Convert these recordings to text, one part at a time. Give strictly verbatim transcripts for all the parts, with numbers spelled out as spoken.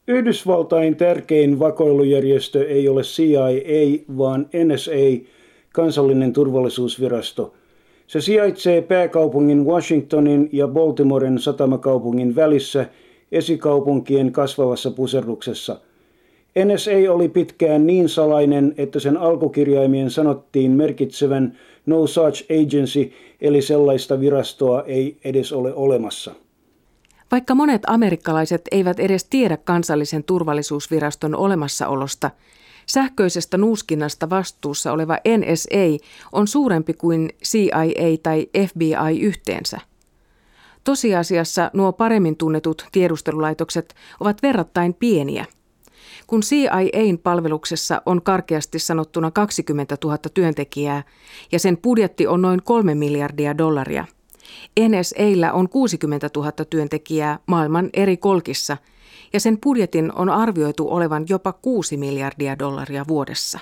Yhdysvaltain tärkein vakoilujärjestö ei ole C I A, vaan N S A, kansallinen turvallisuusvirasto. Se sijaitsee pääkaupungin Washingtonin ja Baltimoren satamakaupungin välissä esikaupunkien kasvavassa puserruksessa. N S A oli pitkään niin salainen, että sen alkukirjaimien sanottiin merkitsevän No Such Agency, eli sellaista virastoa ei edes ole olemassa. Vaikka monet amerikkalaiset eivät edes tiedä kansallisen turvallisuusviraston olemassaolosta, sähköisestä nuuskinnasta vastuussa oleva N S A on suurempi kuin C I A tai F B I yhteensä. Tosiasiassa nuo paremmin tunnetut tiedustelulaitokset ovat verrattain pieniä. Kun C I A:n palveluksessa on karkeasti sanottuna kaksikymmentätuhatta työntekijää ja sen budjetti on noin kolme miljardia dollaria, N S A:llä on kuusikymmentätuhatta työntekijää maailman eri kolkissa ja sen budjetin on arvioitu olevan jopa kuusi miljardia dollaria vuodessa.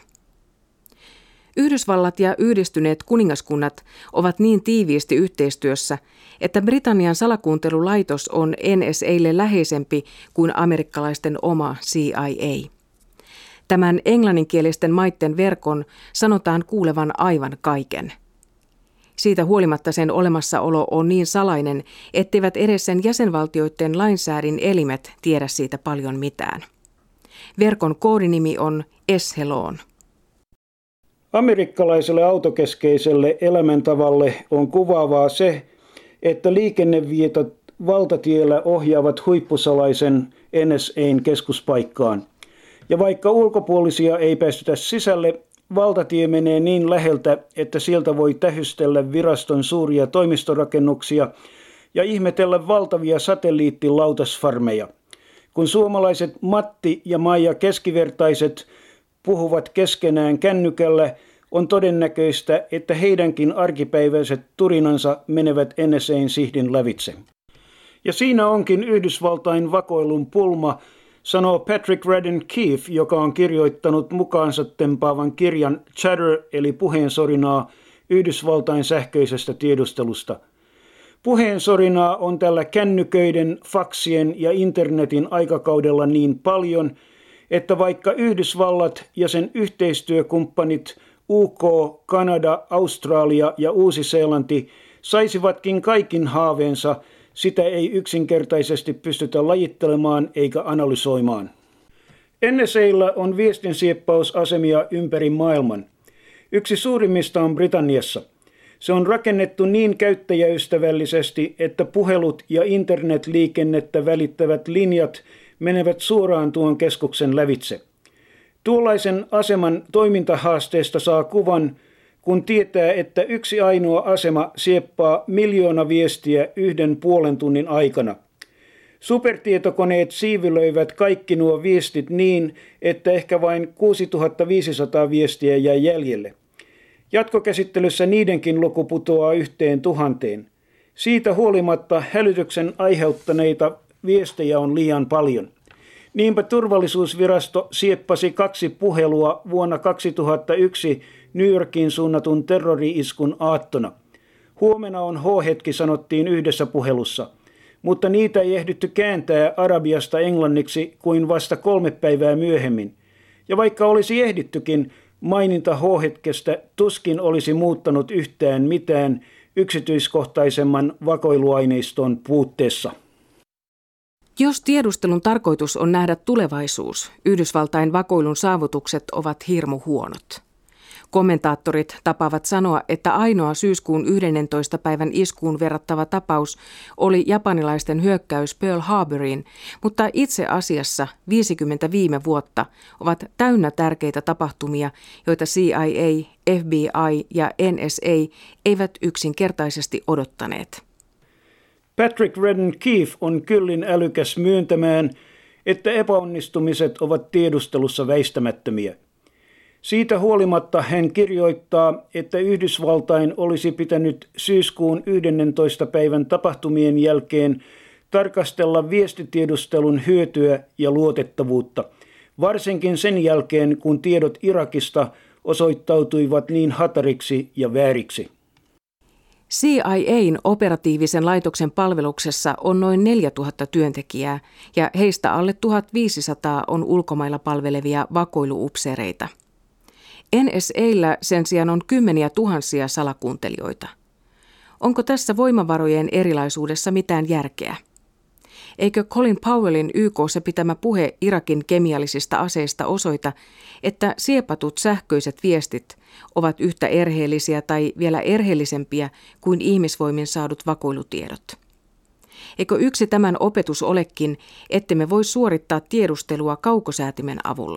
Yhdysvallat ja yhdistyneet kuningaskunnat ovat niin tiiviisti yhteistyössä, että Britannian salakuuntelulaitos on N S A:lle läheisempi kuin amerikkalaisten oma C I A. Tämän englanninkielisten maiden verkon sanotaan kuulevan aivan kaiken. Siitä huolimatta sen olemassaolo on niin salainen, etteivät edes sen jäsenvaltioiden lainsäädin elimet tiedä siitä paljon mitään. Verkon koodinimi on Eshelon. Amerikkalaiselle autokeskeiselle elämäntavalle on kuvaavaa se, että liikennevietot valtatiellä ohjaavat huippusalaisen N S A:n keskuspaikkaan. Ja vaikka ulkopuolisia ei päästetä sisälle, valtatie menee niin läheltä, että sieltä voi tähystellä viraston suuria toimistorakennuksia ja ihmetellä valtavia satelliittilautasfarmeja. Kun suomalaiset Matti ja Maija keskivertaiset puhuvat keskenään kännykällä, on todennäköistä, että heidänkin arkipäiväiset turinansa menevät N S A:n sihdin lävitse. Ja siinä onkin Yhdysvaltain vakoilun pulma, sanoo Patrick Radden Keefe, joka on kirjoittanut mukaansa tempaavan kirjan Chatter eli puheensorinaa Yhdysvaltain sähköisestä tiedustelusta. Puheensorinaa on tällä kännyköiden, faksien ja internetin aikakaudella niin paljon, että vaikka Yhdysvallat ja sen yhteistyökumppanit U K, Kanada, Australia ja Uusi-Seelanti saisivatkin kaikin haaveensa, sitä ei yksinkertaisesti pystytä lajittelemaan eikä analysoimaan. N S A:lla on viestinsieppausasemia ympäri maailman. Yksi suurimmista on Britanniassa. Se on rakennettu niin käyttäjäystävällisesti, että puhelut ja internetliikennettä välittävät linjat menevät suoraan tuon keskuksen lävitse. Tuollaisen aseman toimintahaasteesta saa kuvan, kun tietää, että yksi ainoa asema sieppaa miljoona viestiä yhden puolen tunnin aikana. Supertietokoneet siivilöivät kaikki nuo viestit niin, että ehkä vain kuusituhattaviisisataa viestiä jäi jäljelle. Jatkokäsittelyssä niidenkin luku putoaa yhteen tuhanteen. Siitä huolimatta hälytyksen aiheuttaneita viestejä on liian paljon. Niinpä turvallisuusvirasto sieppasi kaksi puhelua vuonna kaksituhattayksi New Yorkiin suunnatun terrori-iskun aattona. Huomenna on H-hetki, sanottiin yhdessä puhelussa, mutta niitä ei ehditty kääntää arabiasta englanniksi kuin vasta kolme päivää myöhemmin. Ja vaikka olisi ehdittykin, maininta H-hetkestä tuskin olisi muuttanut yhtään mitään yksityiskohtaisemman vakoiluaineiston puutteessa. Jos tiedustelun tarkoitus on nähdä tulevaisuus, Yhdysvaltain vakoilun saavutukset ovat hirmu huonot. Kommentaattorit tapaavat sanoa, että ainoa syyskuun yhdennentoista päivän iskuun verrattava tapaus oli japanilaisten hyökkäys Pearl Harboriin, mutta itse asiassa viisikymmentä viime vuotta ovat täynnä tärkeitä tapahtumia, joita C I A, F B I ja N S A eivät yksinkertaisesti odottaneet. Patrick Radden Keefe on kyllin älykäs myöntämään, että epäonnistumiset ovat tiedustelussa väistämättömiä. Siitä huolimatta hän kirjoittaa, että Yhdysvaltain olisi pitänyt syyskuun yhdennentoista päivän tapahtumien jälkeen tarkastella viestitiedustelun hyötyä ja luotettavuutta, varsinkin sen jälkeen, kun tiedot Irakista osoittautuivat niin hatariksi ja vääriksi. C I A:n operatiivisen laitoksen palveluksessa on noin neljätuhatta työntekijää ja heistä alle tuhatviisisataa on ulkomailla palvelevia vakoiluupseereita. N S A:llä sen sijaan on kymmeniä tuhansia salakuuntelijoita. Onko tässä voimavarojen erilaisuudessa mitään järkeä? Eikö Colin Powellin Y K:ssa pitämä puhe Irakin kemiallisista aseista osoita, että siepatut sähköiset viestit ovat yhtä erheellisiä tai vielä erheellisempiä kuin ihmisvoimin saadut vakoilutiedot? Eikö yksi tämän opetus olekin, ettemme voi suorittaa tiedustelua kaukosäätimen avulla?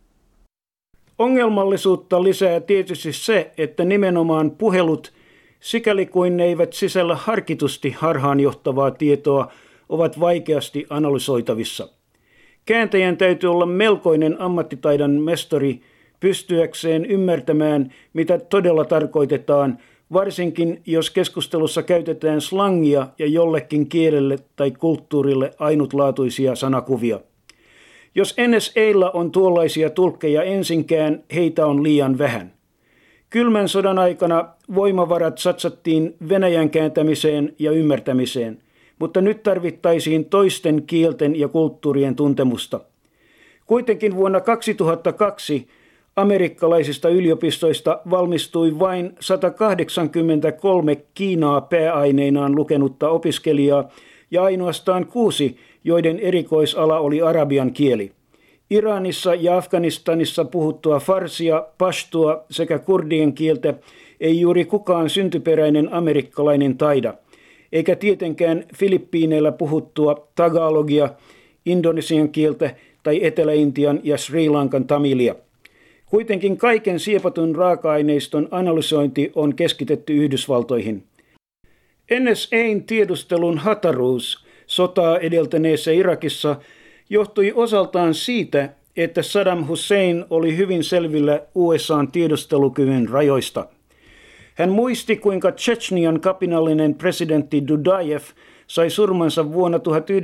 Ongelmallisuutta lisää tietysti se, että nimenomaan puhelut, sikäli kuin ne eivät sisällä harkitusti harhaanjohtavaa tietoa, ovat vaikeasti analysoitavissa. Kääntäjän täytyy olla melkoinen ammattitaidon mestari pystyäkseen ymmärtämään, mitä todella tarkoitetaan, varsinkin jos keskustelussa käytetään slangia ja jollekin kielelle tai kulttuurille ainutlaatuisia sanakuvia. Jos N S A:lla on tuollaisia tulkkeja ensinkään, heitä on liian vähän. Kylmän sodan aikana voimavarat satsattiin Venäjän kääntämiseen ja ymmärtämiseen, mutta nyt tarvittaisiin toisten kielten ja kulttuurien tuntemusta. Kuitenkin vuonna kaksituhattakaksi amerikkalaisista yliopistoista valmistui vain sata kahdeksankymmentäkolme Kiinaa pääaineinaan lukenutta opiskelijaa ja ainoastaan kuusi, joiden erikoisala oli arabian kieli. Iranissa ja Afganistanissa puhuttua farsia, pashtua sekä kurdien kieltä ei juuri kukaan syntyperäinen amerikkalainen taida, eikä tietenkään Filippiineillä puhuttua tagalogia, indonesian kieltä tai Etelä-Intian ja Sri Lankan tamilia. Kuitenkin kaiken siepatun raaka-aineiston analysointi on keskitetty Yhdysvaltoihin. N S A:n tiedustelun hataruus sotaa edeltäneessä Irakissa johtui osaltaan siitä, että Saddam Hussein oli hyvin selvillä U S A:n tiedustelukyvyn rajoista. Hän muisti, kuinka Tšetšnian kapinallinen presidentti Dudajev sai surmansa vuonna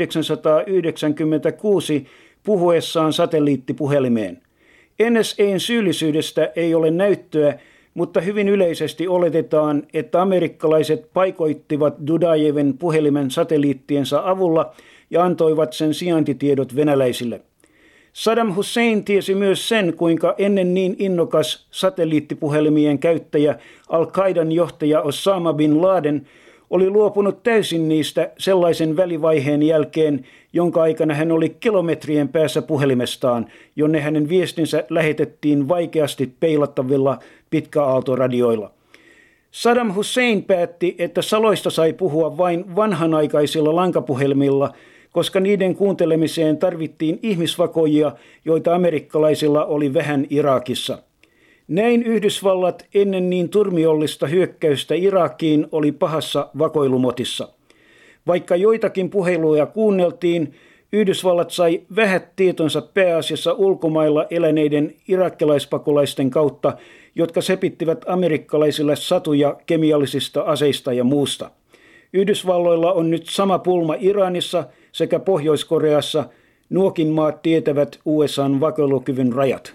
tuhatyhdeksänsataayhdeksänkymmentäkuusi puhuessaan satelliittipuhelimeen. N S A:n syyllisyydestä ei ole näyttöä, mutta hyvin yleisesti oletetaan, että amerikkalaiset paikoittivat Dudajevin puhelimen satelliittiensa avulla ja antoivat sen sijaintitiedot venäläisille. Saddam Hussein tiesi myös sen, kuinka ennen niin innokas satelliittipuhelimien käyttäjä Al-Qaidan johtaja Osama bin Laden oli luopunut täysin niistä sellaisen välivaiheen jälkeen, jonka aikana hän oli kilometrien päässä puhelimestaan, jonne hänen viestinsä lähetettiin vaikeasti peilattavilla pitkäaaltoradioilla. Saddam Hussein päätti, että saloista sai puhua vain vanhanaikaisilla lankapuhelimilla, koska niiden kuuntelemiseen tarvittiin ihmisvakoijia, joita amerikkalaisilla oli vähän Irakissa. Näin Yhdysvallat ennen niin turmiollista hyökkäystä Irakiin oli pahassa vakoilumotissa. Vaikka joitakin puheluja kuunneltiin, Yhdysvallat sai vähät tietonsa pääasiassa ulkomailla eläneiden irakkelaispakolaisten kautta, jotka sepittivät amerikkalaisille satuja kemiallisista aseista ja muusta. Yhdysvalloilla on nyt sama pulma Iranissa sekä Pohjois-Koreassa. Nuokin maat tietävät U S A:n vakoilukyvyn rajat.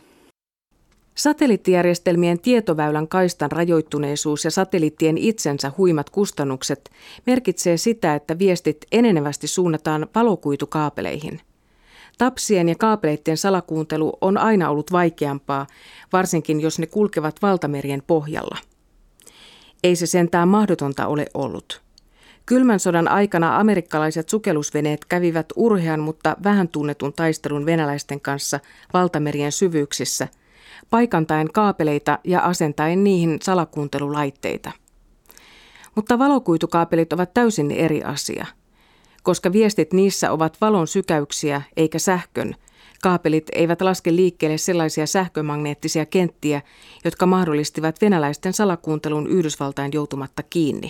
Satelliittijärjestelmien tietoväylän kaistan rajoittuneisuus ja satelliittien itsensä huimat kustannukset merkitsee sitä, että viestit enenevästi suunnataan valokuitukaapeleihin. Tapsien ja kaapeleiden salakuuntelu on aina ollut vaikeampaa, varsinkin jos ne kulkevat valtamerien pohjalla. Ei se sentään mahdotonta ole ollut. Kylmän sodan aikana amerikkalaiset sukellusveneet kävivät urhean, mutta vähän tunnetun taistelun venäläisten kanssa valtamerien syvyyksissä, paikantaen kaapeleita ja asentaen niihin salakuuntelulaitteita. Mutta valokuitukaapelit ovat täysin eri asia. Koska viestit niissä ovat valon sykäyksiä eikä sähkön, kaapelit eivät laske liikkeelle sellaisia sähkömagneettisia kenttiä, jotka mahdollistivat venäläisten salakuuntelun Yhdysvaltain joutumatta kiinni.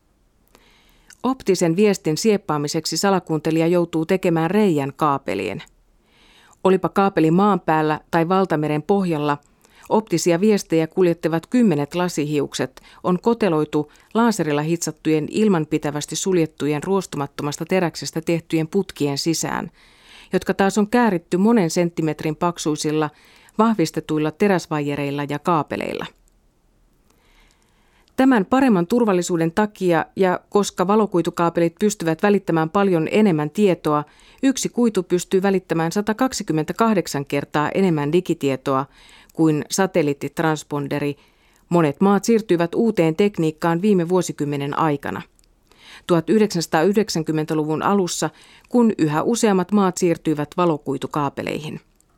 Optisen viestin sieppaamiseksi salakuuntelija joutuu tekemään reijän kaapelien. Olipa kaapeli maan päällä tai valtameren pohjalla, optisia viestejä kuljettavat kymmenet lasihiukset on koteloitu laserilla hitsattujen ilmanpitävästi suljettujen ruostumattomasta teräksestä tehtyjen putkien sisään, jotka taas on kääritty monen senttimetrin paksuisilla vahvistetuilla teräsvaijereilla ja kaapeleilla. Tämän paremman turvallisuuden takia ja koska valokuitukaapelit pystyvät välittämään paljon enemmän tietoa, yksi kuitu pystyy välittämään sata kaksikymmentäkahdeksan kertaa enemmän digitietoa kuin satelliittitransponderi. Monet maat siirtyivät uuteen tekniikkaan viime vuosikymmenen aikana. tuhatyhdeksänsataayhdeksänkymmentäluvun alussa, kun yhä useammat maat siirtyivät valokuitukaapeleihin.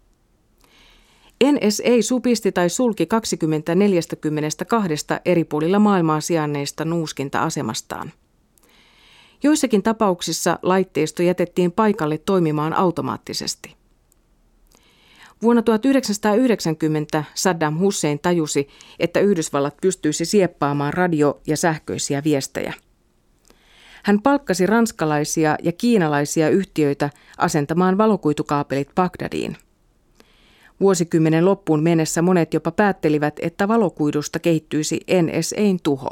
N S A supisti tai sulki kaksikymmentä neljäkymmentäkaksi eri puolilla maailmaa sijainneista nuuskinta-asemastaan. Joissakin tapauksissa laitteisto jätettiin paikalle toimimaan automaattisesti. Vuonna tuhatyhdeksänsataayhdeksänkymmentä Saddam Hussein tajusi, että Yhdysvallat pystyisi sieppaamaan radio- ja sähköisiä viestejä. Hän palkkasi ranskalaisia ja kiinalaisia yhtiöitä asentamaan valokuitukaapelit Bagdadiin. Vuosikymmenen loppuun mennessä monet jopa päättelivät, että valokuidusta kehittyisi N S A:n tuho.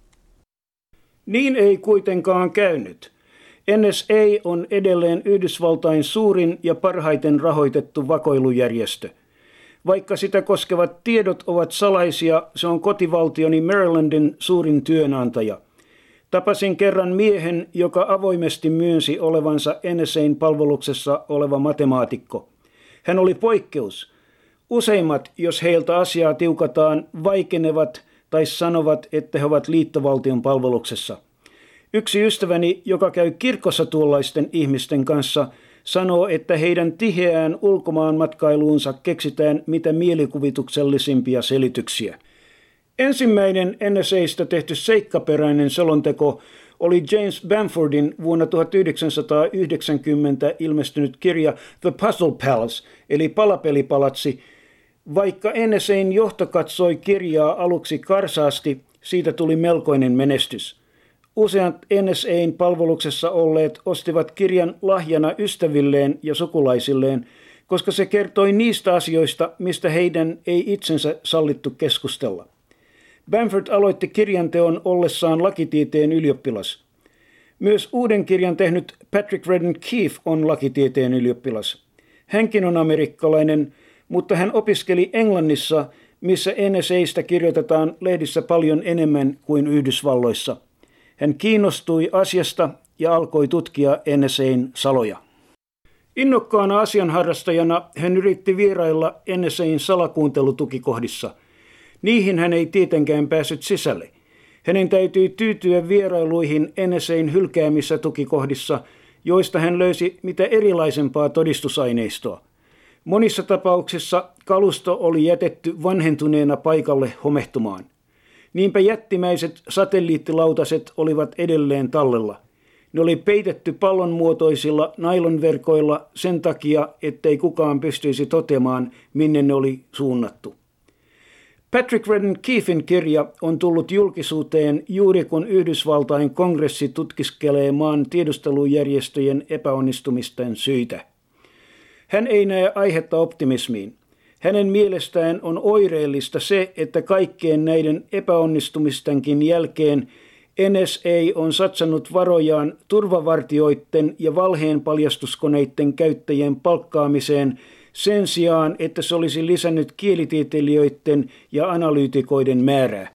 Niin ei kuitenkaan käynyt. N S A on edelleen Yhdysvaltain suurin ja parhaiten rahoitettu vakoilujärjestö. Vaikka sitä koskevat tiedot ovat salaisia, se on kotivaltioni Marylandin suurin työnantaja. Tapasin kerran miehen, joka avoimesti myönsi olevansa N S A:n palveluksessa oleva matemaatikko. Hän oli poikkeus. Useimmat, jos heiltä asiaa tiukataan, vaikenevat tai sanovat, että he ovat liittovaltion palveluksessa. Yksi ystäväni, joka käy kirkossa tuollaisten ihmisten kanssa, sanoo, että heidän tiheään ulkomaanmatkailuunsa keksitään mitä mielikuvituksellisimpia selityksiä. Ensimmäinen N S A:sta tehty seikkaperäinen selonteko oli James Bamfordin vuonna tuhatyhdeksänsataayhdeksänkymmentä ilmestynyt kirja The Puzzle Palace, eli palapelipalatsi. Vaikka N S A:n johto katsoi kirjaa aluksi karsaasti, siitä tuli melkoinen menestys. Useat N S A:n palveluksessa olleet ostivat kirjan lahjana ystävilleen ja sukulaisilleen, koska se kertoi niistä asioista, mistä heidän ei itsensä sallittu keskustella. Bamford aloitti kirjanteon ollessaan lakitieteen ylioppilas. Myös uuden kirjan tehnyt Patrick Redden Keefe on lakitieteen ylioppilas. Hänkin on amerikkalainen, mutta hän opiskeli Englannissa, missä N S A:sta kirjoitetaan lehdissä paljon enemmän kuin Yhdysvalloissa. Hän kiinnostui asiasta ja alkoi tutkia N S A:n saloja. Innokkaana asianharrastajana hän yritti vierailla N S A:n salakuuntelutukikohdissa. Niihin hän ei tietenkään päässyt sisälle. Hänen täytyi tyytyä vierailuihin N S A:n hylkäämissä tukikohdissa, joista hän löysi mitä erilaisempaa todistusaineistoa. Monissa tapauksissa kalusto oli jätetty vanhentuneena paikalle homehtumaan. Niinpä jättimäiset satelliittilautaset olivat edelleen tallella. Ne oli peitetty pallonmuotoisilla nailonverkoilla sen takia, ettei kukaan pystyisi toteamaan, minne ne oli suunnattu. Patrick Redden Keefen kirja on tullut julkisuuteen juuri kun Yhdysvaltain kongressi tutkiskelee maan tiedustelujärjestöjen epäonnistumisten syitä. Hän ei näe aihetta optimismiin. Hänen mielestään on oireellista se, että kaikkien näiden epäonnistumistenkin jälkeen N S A on satsannut varojaan turvavartioiden ja valheen paljastuskoneiden käyttäjien palkkaamiseen sen sijaan, että se olisi lisännyt kielitieteilijöiden ja analyytikoiden määrää.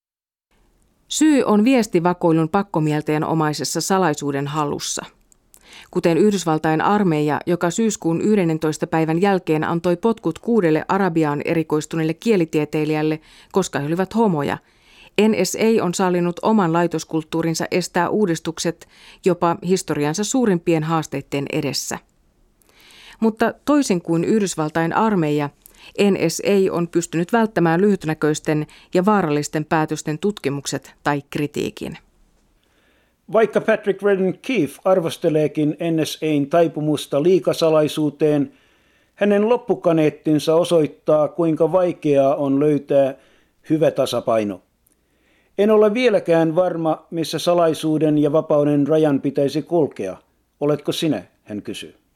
Syy on viestivakoilun pakkomielteen omaisessa salaisuuden hallussa. Kuten Yhdysvaltain armeija, joka syyskuun yhdennentoista päivän jälkeen antoi potkut kuudelle Arabiaan erikoistuneelle kielitieteilijälle, koska he olivat homoja, N S A on sallinut oman laitoskulttuurinsa estää uudistukset jopa historiansa suurimpien haasteiden edessä. Mutta toisin kuin Yhdysvaltain armeija, N S A on pystynyt välttämään lyhytnäköisten ja vaarallisten päätösten tutkimukset tai kritiikin. Vaikka Patrick Redden Keefe arvosteleekin N S A:n taipumusta liikasalaisuuteen, hänen loppukaneettinsa osoittaa, kuinka vaikeaa on löytää hyvä tasapaino. En ole vieläkään varma, missä salaisuuden ja vapauden rajan pitäisi kulkea. Oletko sinä, hän kysyy.